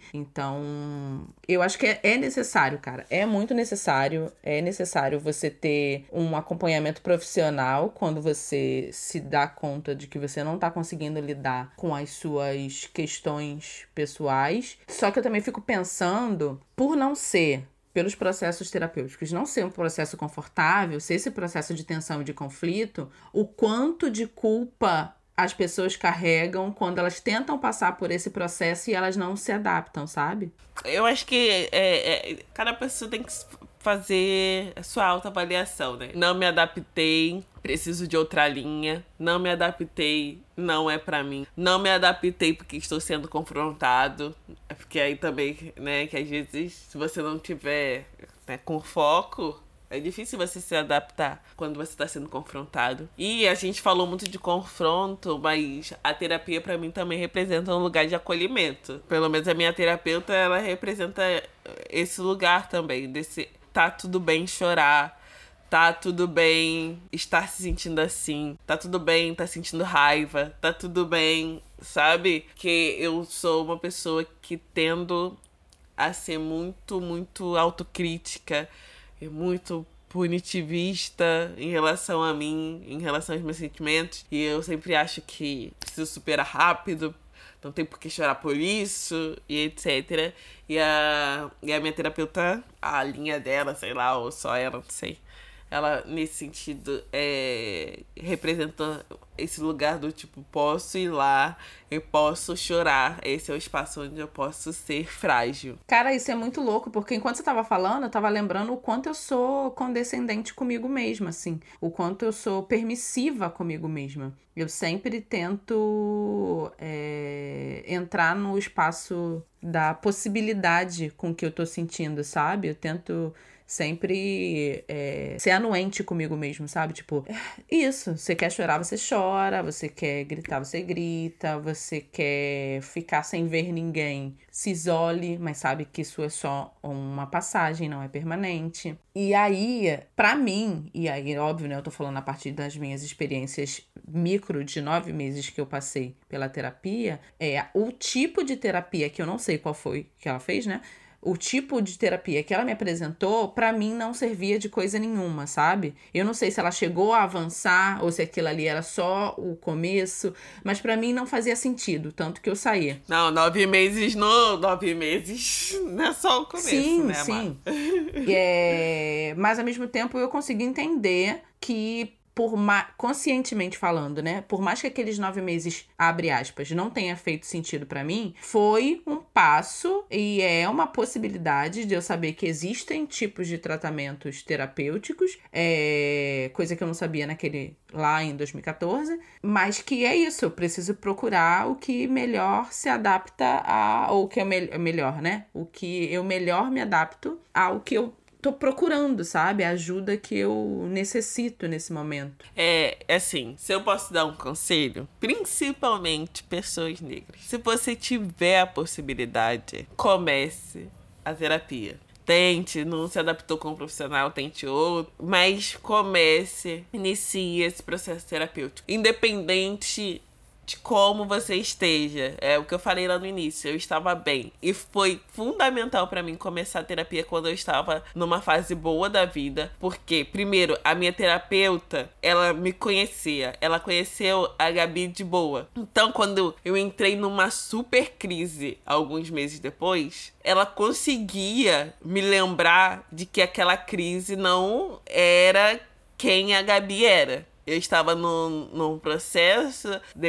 Então, eu acho que é, é necessário, cara, é muito necessário, é necessário você ter um acompanhamento profissional quando você se dá conta de que você não tá conseguindo lidar com as suas questões pessoais. Só que eu também fico pensando, por não ser pelos processos terapêuticos, não ser um processo confortável, ser esse processo de tensão e de conflito, o quanto de culpa as pessoas carregam quando elas tentam passar por esse processo e elas não se adaptam, sabe?
Eu acho que é, é, cada pessoa tem que fazer a sua autoavaliação, né? Não me adaptei, preciso de outra linha. Não me adaptei, não é pra mim. Não me adaptei porque estou sendo confrontado. É porque aí também, né, que às vezes, se você não tiver, né, com foco, é difícil você se adaptar quando você está sendo confrontado. E a gente falou muito de confronto, mas a terapia pra mim também representa um lugar de acolhimento. Pelo menos a minha terapeuta, ela representa esse lugar também, desse tá tudo bem chorar, tá tudo bem estar se sentindo assim, tá tudo bem estar sentindo raiva, tá tudo bem, sabe? Que eu sou uma pessoa que tendo a ser muito, muito autocrítica e muito punitivista em relação a mim, em relação aos meus sentimentos. E eu sempre acho que preciso superar rápido, não tem por que chorar por isso, e etcétera. E a, e a minha terapeuta, a linha dela, sei lá, ou só ela, não sei, ela, nesse sentido, é, representa esse lugar do tipo, posso ir lá, eu posso chorar. Esse é o espaço onde eu posso ser frágil.
Cara, isso é muito louco, porque enquanto você tava falando, eu tava lembrando o quanto eu sou condescendente comigo mesma, assim. O quanto eu sou permissiva comigo mesma. Eu sempre tento é, entrar no espaço da possibilidade com o que eu tô sentindo, sabe? Eu tento sempre é, ser anuente comigo mesmo, sabe? Tipo, isso, você quer chorar, você chora, você quer gritar, você grita, você quer ficar sem ver ninguém, se isole, mas sabe que isso é só uma passagem, não é permanente. E aí, pra mim, e aí, óbvio, né, eu tô falando a partir das minhas experiências micro de nove meses que eu passei pela terapia, é o tipo de terapia que eu não sei qual foi que ela fez, né? O tipo de terapia que ela me apresentou, pra mim, não servia de coisa nenhuma, sabe? Eu não sei se ela chegou a avançar ou se aquilo ali era só o começo, mas pra mim não fazia sentido, tanto que eu saía.
Não, nove meses no... Nove meses não é só o começo,
sim,
né,
sim. É... Mas, ao mesmo tempo, eu consegui entender que por ma... conscientemente falando, né? Por mais que aqueles nove meses, abre aspas, não tenha feito sentido pra mim, foi um passo e é uma possibilidade de eu saber que existem tipos de tratamentos terapêuticos, é... coisa que eu não sabia naquele lá em dois mil e catorze, mas que é isso, eu preciso procurar o que melhor se adapta a... ou o que é me... melhor, né? O que eu melhor me adapto ao que eu tô procurando, sabe? A ajuda que eu necessito nesse momento.
É, assim, se eu posso dar um conselho, principalmente pessoas negras, se você tiver a possibilidade, comece a terapia. Tente, não se adaptou com um profissional, tente outro, mas comece, inicie esse processo terapêutico. Independente de como você esteja. É o que eu falei lá no início, eu estava bem. E foi fundamental pra mim começar a terapia quando eu estava numa fase boa da vida. Porque, primeiro, a minha terapeuta, ela me conhecia. Ela conheceu a Gabi de boa. Então, quando eu entrei numa super crise alguns meses depois, ela conseguia me lembrar de que aquela crise não era quem a Gabi era. Eu estava num, num processo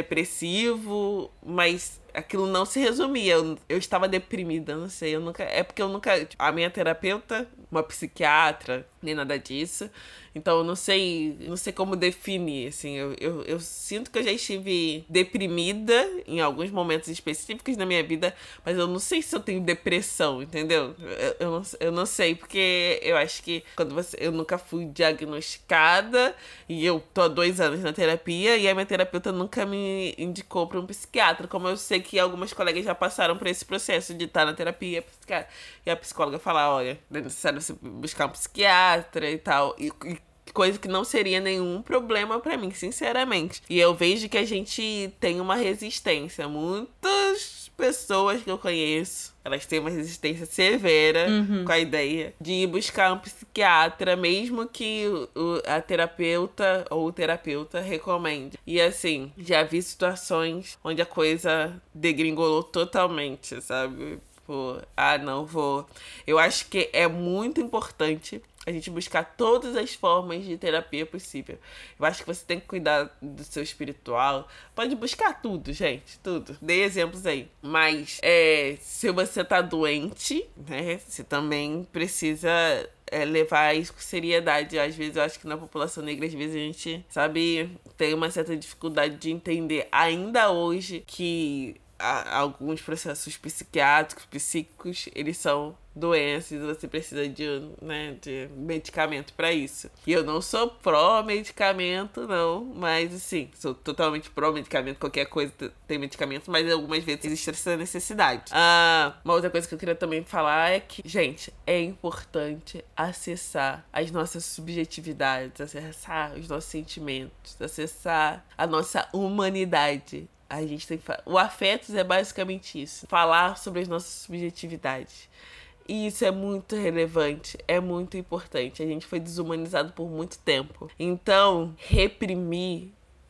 depressivo, mas aquilo não se resumia. Eu, eu estava deprimida, não sei. Eu nunca, é porque eu nunca... Tipo, a minha terapeuta, uma psiquiatra, nem nada disso. Então eu não sei, não sei como definir, assim. Eu, eu, eu sinto que eu já estive deprimida em alguns momentos específicos na minha vida, mas eu não sei se eu tenho depressão, entendeu? Eu, eu, não, eu não sei, porque eu acho que quando você... Eu nunca fui diagnosticada e eu tô há dois anos na terapia e a minha terapeuta nunca me indicou para um psiquiatra, como eu sei que algumas colegas já passaram por esse processo de estar na terapia psiquiatra, e a psicóloga falar, olha, é necessário você buscar um psiquiatra e tal, e, e coisa que não seria nenhum problema pra mim, sinceramente. E eu vejo que a gente tem uma resistência. Muitas pessoas que eu conheço, elas têm uma resistência severa
Uhum.
com a ideia de ir buscar um psiquiatra, mesmo que o, a terapeuta ou o terapeuta recomende. E assim, já vi situações onde a coisa degringolou totalmente, sabe? Tipo, ah, não vou. Eu acho que é muito importante a gente buscar todas as formas de terapia possível. Eu acho que você tem que cuidar do seu espiritual. Pode buscar tudo, gente, tudo. Dei exemplos aí. Mas é, se você tá doente, né, você também precisa é, levar isso com seriedade. Às vezes eu acho que na população negra, às vezes a gente, sabe, tem uma certa dificuldade de entender ainda hoje que a, alguns processos psiquiátricos, psíquicos, eles são doenças e você precisa de, né, de medicamento pra isso. E eu não sou pró-medicamento, não, mas assim, sou totalmente pró-medicamento, qualquer coisa tem medicamento, mas algumas vezes existe essa necessidade. Ah, uma outra coisa que eu queria também falar é que, gente, é importante acessar as nossas subjetividades, acessar os nossos sentimentos, acessar a nossa humanidade. A gente tem que falar. O Afetos é basicamente isso. Falar sobre as nossas subjetividades. E isso é muito relevante, é muito importante. A gente foi desumanizado por muito tempo. Então, reprimir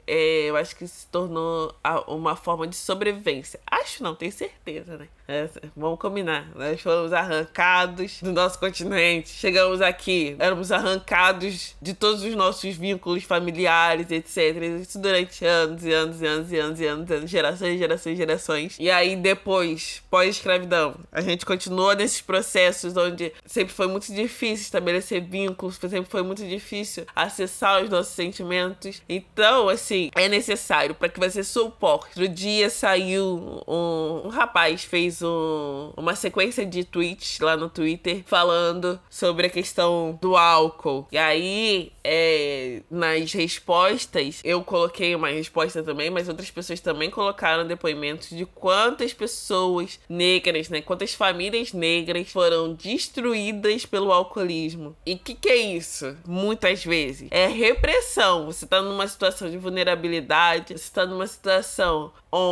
é, eu acho que se tornou uma forma de sobrevivência. Acho não, tenho certeza, né? É, vamos combinar. Nós fomos arrancados do nosso continente. Chegamos aqui, éramos arrancados de todos os nossos vínculos familiares, etcétera. Isso durante anos e anos e anos e anos e anos, anos gerações, gerações, gerações. E aí depois, pós-escravidão, a gente continua nesses processos onde sempre foi muito difícil estabelecer vínculos, sempre foi muito difícil acessar os nossos sentimentos. Então, assim, é necessário para que você suporte. Outro dia saiu um, um rapaz fez um, uma sequência de tweets lá no Twitter falando sobre a questão do álcool. E aí, é, nas respostas, eu coloquei uma resposta também, mas outras pessoas também colocaram depoimentos de quantas pessoas negras, né, quantas famílias negras foram destruídas pelo alcoolismo. E o que, que é isso? Muitas vezes é repressão. Você tá numa situação de vulnerabilidade, você tá numa situação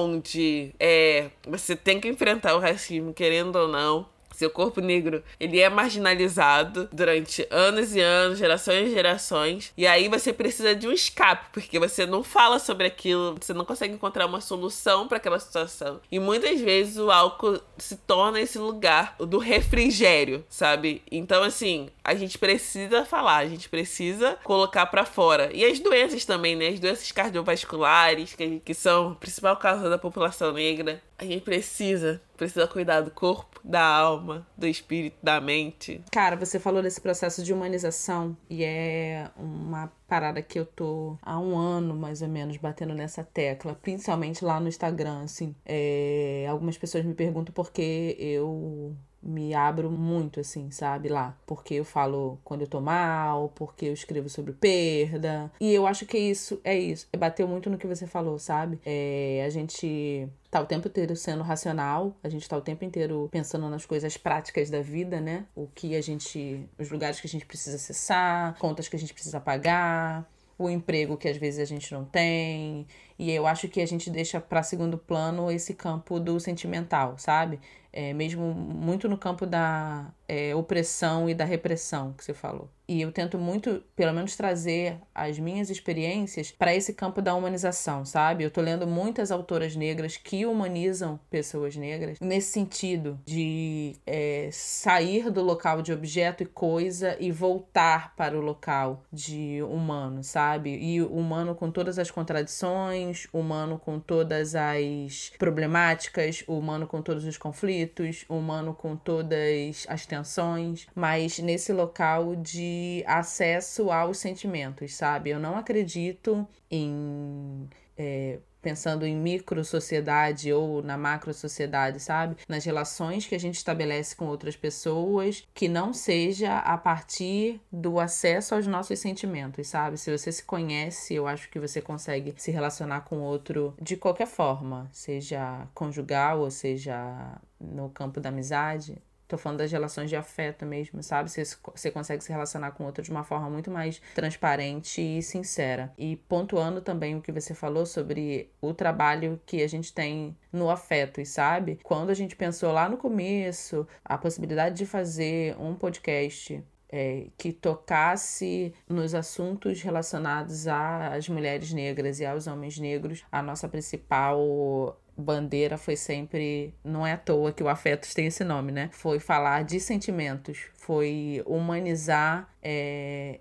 onde é, você tem que enfrentar o racismo, querendo ou não. Seu corpo negro, ele é marginalizado durante anos e anos, gerações e gerações. E aí você precisa de um escape, porque você não fala sobre aquilo, você não consegue encontrar uma solução para aquela situação. E muitas vezes o álcool se torna esse lugar do refrigério, sabe? Então, assim, a gente precisa falar, a gente precisa colocar para fora. E as doenças também, né? As doenças cardiovasculares, que, que são a principal causa da população negra. A gente precisa, precisa cuidar do corpo, da alma, do espírito, da mente.
Cara, você falou desse processo de humanização e é uma parada que eu tô há um ano, mais ou menos, batendo nessa tecla, principalmente lá no Instagram, assim. É, algumas pessoas me perguntam por que eu me abro muito, assim, sabe, lá. Porque eu falo quando eu tô mal, porque eu escrevo sobre perda. E eu acho que isso é isso. Bateu muito no que você falou, sabe? É, a gente tá o tempo inteiro sendo racional, a gente tá o tempo inteiro pensando nas coisas práticas da vida, né? O que a gente... os lugares que a gente precisa acessar, contas que a gente precisa pagar, o emprego que às vezes a gente não tem. E eu acho que a gente deixa pra segundo plano esse campo do sentimental, sabe? É, mesmo muito no campo da é, opressão e da repressão que você falou. E eu tento muito, pelo menos, trazer as minhas experiências para esse campo da humanização, sabe? Eu tô lendo muitas autoras negras que humanizam pessoas negras nesse sentido de é, sair do local de objeto e coisa e voltar para o local de humano, sabe? E humano com todas as contradições, humano com todas as problemáticas, humano com todos os conflitos, humano com todas as tensões, mas nesse local de acesso aos sentimentos, sabe? Eu não acredito em... É, pensando em micro-sociedade ou na macro-sociedade, sabe? Nas relações que a gente estabelece com outras pessoas, que não seja a partir do acesso aos nossos sentimentos, sabe? Se você se conhece, eu acho que você consegue se relacionar com outro de qualquer forma, seja conjugal ou seja no campo da amizade. Tô falando das relações de afeto mesmo, sabe? Você, você consegue se relacionar com outro de uma forma muito mais transparente e sincera. E pontuando também o que você falou sobre o trabalho que a gente tem no afeto, sabe? Quando a gente pensou lá no começo a possibilidade de fazer um podcast É, que tocasse nos assuntos relacionados às mulheres negras e aos homens negros, a nossa principal bandeira foi sempre, não é à toa que o Afetos tem esse nome, né? Foi falar de sentimentos, foi humanizar é,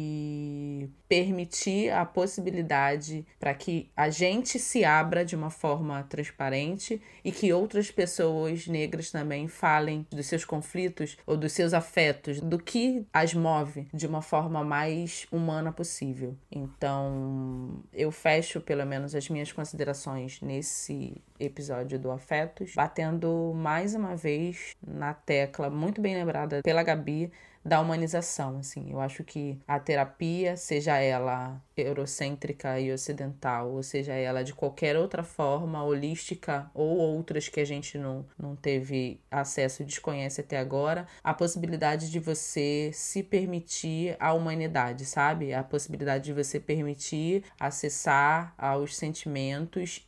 e permitir a possibilidade para que a gente se abra de uma forma transparente e que outras pessoas negras também falem dos seus conflitos ou dos seus afetos, do que as move de uma forma mais humana possível. Então, eu fecho pelo menos as minhas considerações nesse episódio do Afetos, batendo mais uma vez na tecla muito bem lembrada pela Gabi, da humanização, assim. Eu acho que a terapia, seja ela eurocêntrica e ocidental, ou seja ela de qualquer outra forma, holística ou outras que a gente não, não teve acesso e desconhece até agora, a possibilidade de você se permitir a humanidade, sabe? A possibilidade de você permitir acessar aos sentimentos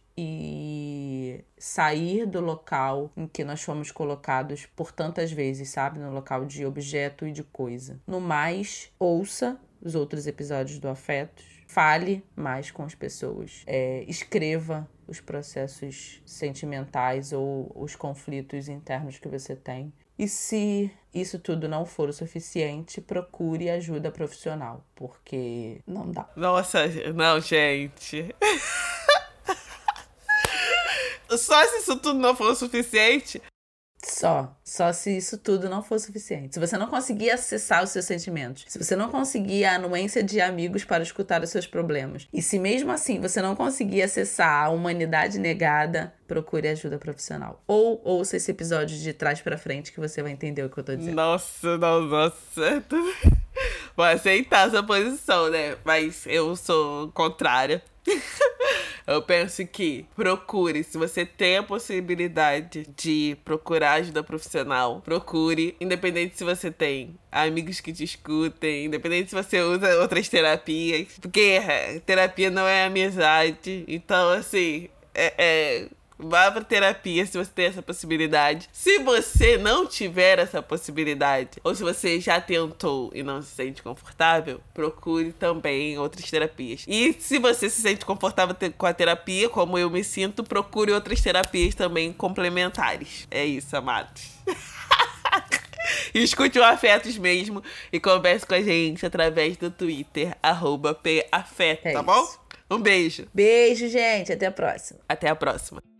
e sair do local em que nós fomos colocados por tantas vezes, sabe? No local de objeto e de coisa. No mais, ouça os outros episódios do Afetos. fale mais com as pessoas. É, escreva os processos sentimentais ou os conflitos internos que você tem. E se isso tudo não for o suficiente, procure ajuda profissional, porque não dá.
Nossa, não, gente. Só se isso tudo não for o suficiente...
Só. Só se isso tudo não for suficiente. Se você não conseguir acessar os seus sentimentos, se você não conseguir a anuência de amigos para escutar os seus problemas, e se mesmo assim você não conseguir acessar a humanidade negada, procure ajuda profissional. Ou ouça esse episódio de trás pra frente que você vai entender o que eu tô dizendo.
Nossa, não, nossa. Vou aceitar essa posição, né? Mas eu sou contrária. Eu penso que procure, se você tem a possibilidade de procurar ajuda profissional, procure, independente se você tem amigos que te escutem, independente se você usa outras terapias, porque terapia não é amizade, então assim, é... é... vá pra terapia se você tem essa possibilidade. Se você não tiver essa possibilidade, ou se você já tentou e não se sente confortável, procure também outras terapias. E se você se sente confortável com a terapia, como eu me sinto, procure outras terapias também complementares. É isso, amados. E escute o Afetos mesmo e converse com a gente através do Twitter, arroba P Afeto,
É
tá
isso.
bom? Um beijo.
Beijo, gente. Até a próxima.
Até a próxima.